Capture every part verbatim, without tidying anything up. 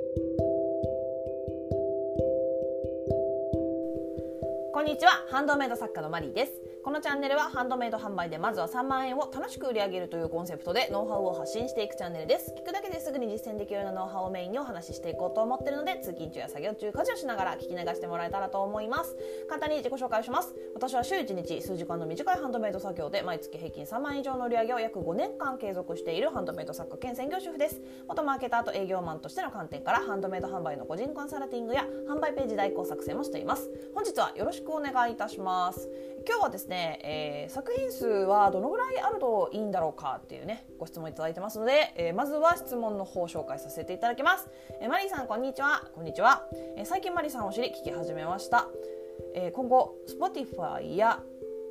こんにちは、ハンドメイド作家のマリーです。このチャンネルはハンドメイド販売でまずはさんまんえんを楽しく売り上げるというコンセプトでノウハウを発信していくチャンネルです。聞くだけですぐに実践できるようなノウハウをメインにお話ししていこうと思っているので、通勤中や作業中、家事をしながら聞き流してもらえたらと思います。簡単に自己紹介をします。私は週いちにち数時間の短いハンドメイド作業で毎月平均さんまんえん以上の売り上げを約ごねんかん継続しているハンドメイド作家兼専業主婦です。元マーケターと営業マンとしての観点からハンドメイド販売の個人コンサルティングや販売ページ代行作成もしています。本日はよろしくお願いいたします。今日はですね、えー、作品数はどのぐらいあるといいんだろうかっていうねご質問いただいてますので、えー、まずは質問の方を紹介させていただきます。えー、マリーさんこんにちは。こんにちは。えー、最近マリーさんを知り聞き始めました。えー、今後 Spotify や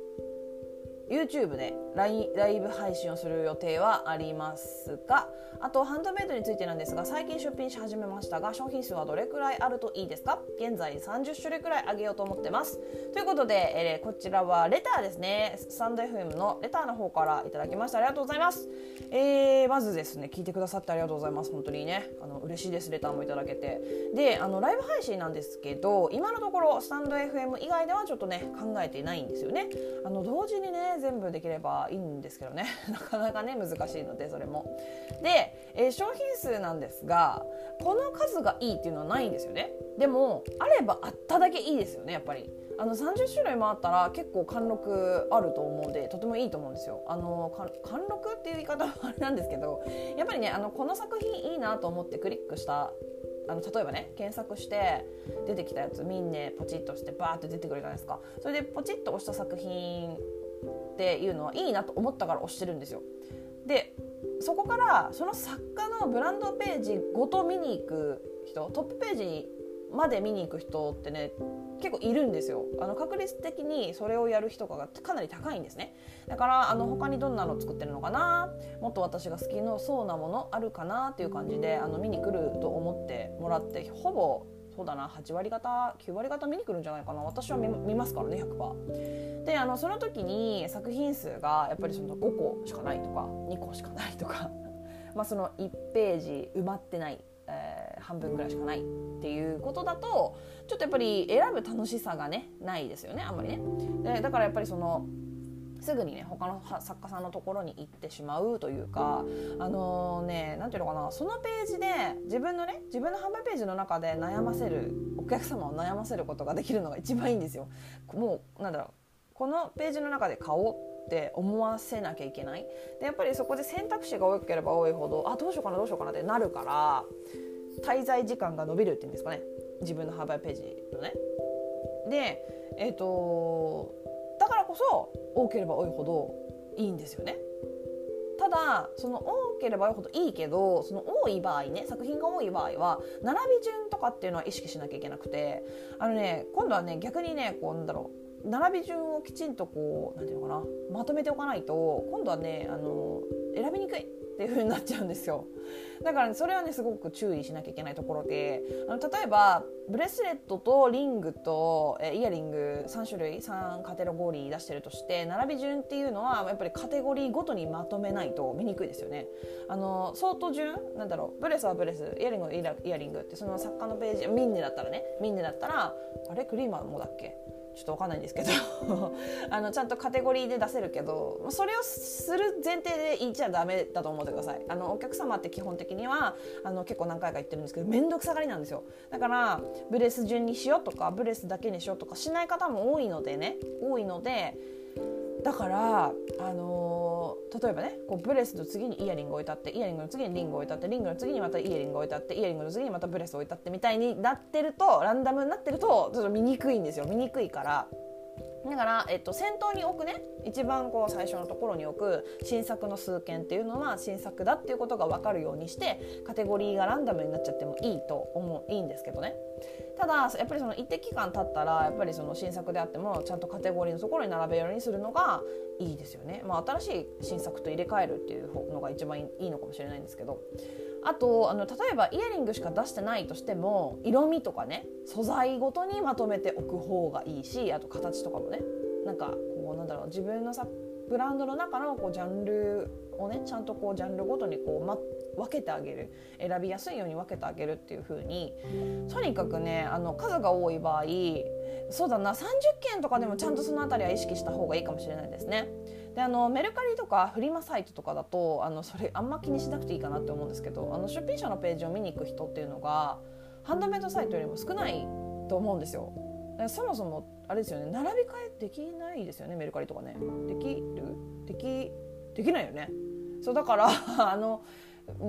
YouTube でライン、ライブ配信をする予定はありますか？あとハンドメイドについてなんですが、最近出品し始めましたが、商品数はどれくらいあるといいですか？現在さんじゅっしゅるいくらいあげようと思ってます。ということで、えー、こちらはレターですね。スタンド エフエム のレターの方からいただきました。ありがとうございます。えー、まずですね、聞いてくださってありがとうございます。本当にね、あの嬉しいです。レターもいただけて。で、あのライブ配信なんですけど、今のところスタンド エフエム 以外ではちょっとね考えていないんですよね。あの同時にね全部できればいいんですけどねなかなかね難しいので、それもで、えー、商品数なんですが、この数がいいっていうのはないんですよね。でもあればあっただけいいですよね。やっぱりあのさんじゅっしゅるいもあったら結構貫禄あると思うので、とてもいいと思うんですよ。あの貫禄っていう言い方はあれなんですけど、やっぱりねあのこの作品いいなと思ってクリックしたあの例えばね検索して出てきたやつみんなポチッとしてバーって出てくるじゃないですか。それでポチッと押した作品っていうのはいいなと思ったから押してるんですよ。でそこからその作家のブランドページごと見に行く人、トップページまで見に行く人ってね結構いるんですよ。あの確率的にそれをやる人がかなり高いんですね。だからあの他にどんなの作ってるのかな、もっと私が好きのそうなものあるかなっていう感じであの見に来ると思ってもらって、ほぼそうだなはちわり方きゅうわり方見に来るんじゃないかな。私は 見, 見ますからね ひゃくパーセント で、あのその時に作品数がやっぱりそのごこしかないとかにこしかないとかまあそのいちページ埋まってない、えー、半分ぐらいしかないっていうことだとちょっとやっぱり選ぶ楽しさがねないですよね、あんまりね。でだからやっぱりそのすぐにね他の作家さんのところに行ってしまうというか、あのー、ねなんていうのかな、そのページで自分のね自分の販売ページの中で悩ませるお客様を悩ませることができるのが一番いいんですよ。もうなんだろう、このページの中で買おうって思わせなきゃいけない。でやっぱりそこで選択肢が多ければ多いほどあどうしようかなどうしようかなってなるから滞在時間が伸びるっていうんですかね、自分の販売ページのね。でえっとだからこそ多ければ多いほどいいんですよね。ただその多ければ多いほどいいけど、その多い場合ね作品が多い場合は並び順とかっていうのは意識しなきゃいけなくて、あのね今度はね逆にねこうなんだろう並び順をきちんとこうなんていうのかなまとめておかないと今度はねあの選びにくいっていう風になっちゃうんですよ。だから、ね、それはねすごく注意しなきゃいけないところで、あの例えばブレスレットとリングとえイヤリングさんしゅるいさんカテゴリー出してるとして、並び順っていうのはやっぱりカテゴリーごとにまとめないと見にくいですよね。あの相当順なんだろう、ブレスはブレス、イヤリングはイヤリングってその作家のページミンネだったらねミンネだったらあれクリーマーもだっけちょっと分かんないんですけどあのちゃんとカテゴリーで出せるけど、それをする前提で言っちゃダメだと思ってください。あのお客様って基本的にはあの結構何回か言ってるんですけどめんどくさがりなんですよ。だからブレス順にしようとかブレスだけにしようとかしない方も多いのでね多いのでだからあのー、例えばねこうブレスの次にイヤリング置いてあって、イヤリングの次にリング置いてあって、リングの次にまたイヤリング置いてあって、イヤリングの次にまたブレス置いてあってみたいになってると、ランダムになってるとちょっと見にくいんですよ。見にくいからだから、えっと、先頭に置くね一番こう最初のところに置く新作の数件っていうのは新作だっていうことが分かるようにしてカテゴリーがランダムになっちゃってもいいと思ういいんですけどね。ただやっぱりその一定期間経ったらやっぱりその新作であってもちゃんとカテゴリーのところに並べるようにするのがいいですよね。まあ、新しい新作と入れ替えるっていうのが一番いいのかもしれないんですけど、あとあの例えばイヤリングしか出してないとしても色味とかね素材ごとにまとめておく方がいいし、あと形とかもねなんかこうなんだろう自分の作ブランドの中のこうジャンルをねちゃんとこうジャンルごとにこう、ま、分けてあげる、選びやすいように分けてあげるっていう風に、とにかくねあの数が多い場合、そうだなさんじゅっけんとかでもちゃんとそのあたりは意識した方がいいかもしれないですね。であのメルカリとかフリマサイトとかだとあのそれあんま気にしなくていいかなって思うんですけど、あの出品者のページを見に行く人っていうのがハンドメイドサイトよりも少ないと思うんですよ。そもそもあれですよね、並び替えできないですよね、メルカリとかね。できるできできないよね。そうだからあの、うん、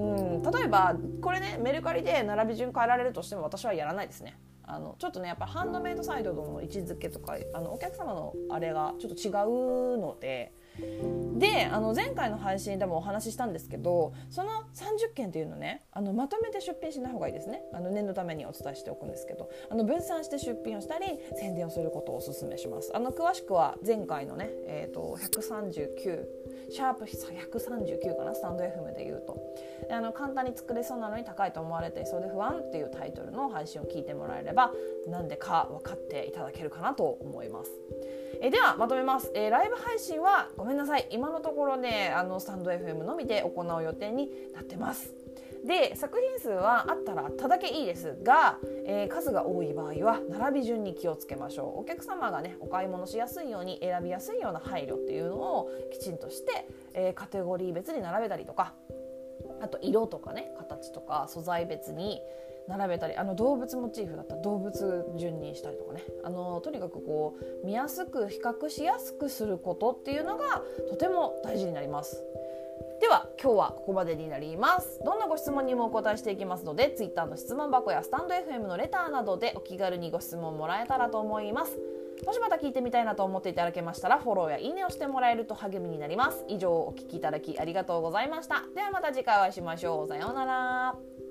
例えばこれねメルカリで並び順変えられるとしても私はやらないですね。あのちょっとねやっぱハンドメイドサイトとの位置づけとかあのお客様のあれがちょっと違うので、であの前回の配信でもお話ししたんですけど、そのさんじゅっけんっていうのねあのまとめて出品しない方がいいですね。あの念のためにお伝えしておくんですけど、あの分散して出品をしたり宣伝をすることをお勧めします。あの詳しくは前回のね、えー、とひゃくさんじゅうきゅうシャープひゃくさんじゅうきゅうかな、スタンド エフエム で言うとあの簡単に作れそうなのに高いと思われていそうで不安っていうタイトルの配信を聞いてもらえればなんでか分かっていただけるかなと思います。えではまとめます、えー、ライブ配信はごめんなさい今のところねあのスタンド エフエム のみで行う予定になってます。で作品数はあったらあっただけいいですが、えー、数が多い場合は並び順に気をつけましょう。お客様がねお買い物しやすいように選びやすいような配慮っていうのをきちんとして、えー、カテゴリー別に並べたりとか、あと色とかね形とか素材別に並べたり、あの動物モチーフだったら動物順にしたりとかね、あのとにかくこう見やすく比較しやすくすることっていうのがとても大事になります。では今日はここまでになります。どんなご質問にもお答えしていきますので Twitter の質問箱やスタンド エフエム のレターなどでお気軽にご質問もらえたらと思います。もしまた聞いてみたいなと思っていただけましたらフォローやいいねをしてもらえると励みになります。以上お聞きいただきありがとうございました。ではまた次回お会いしましょう。さようなら。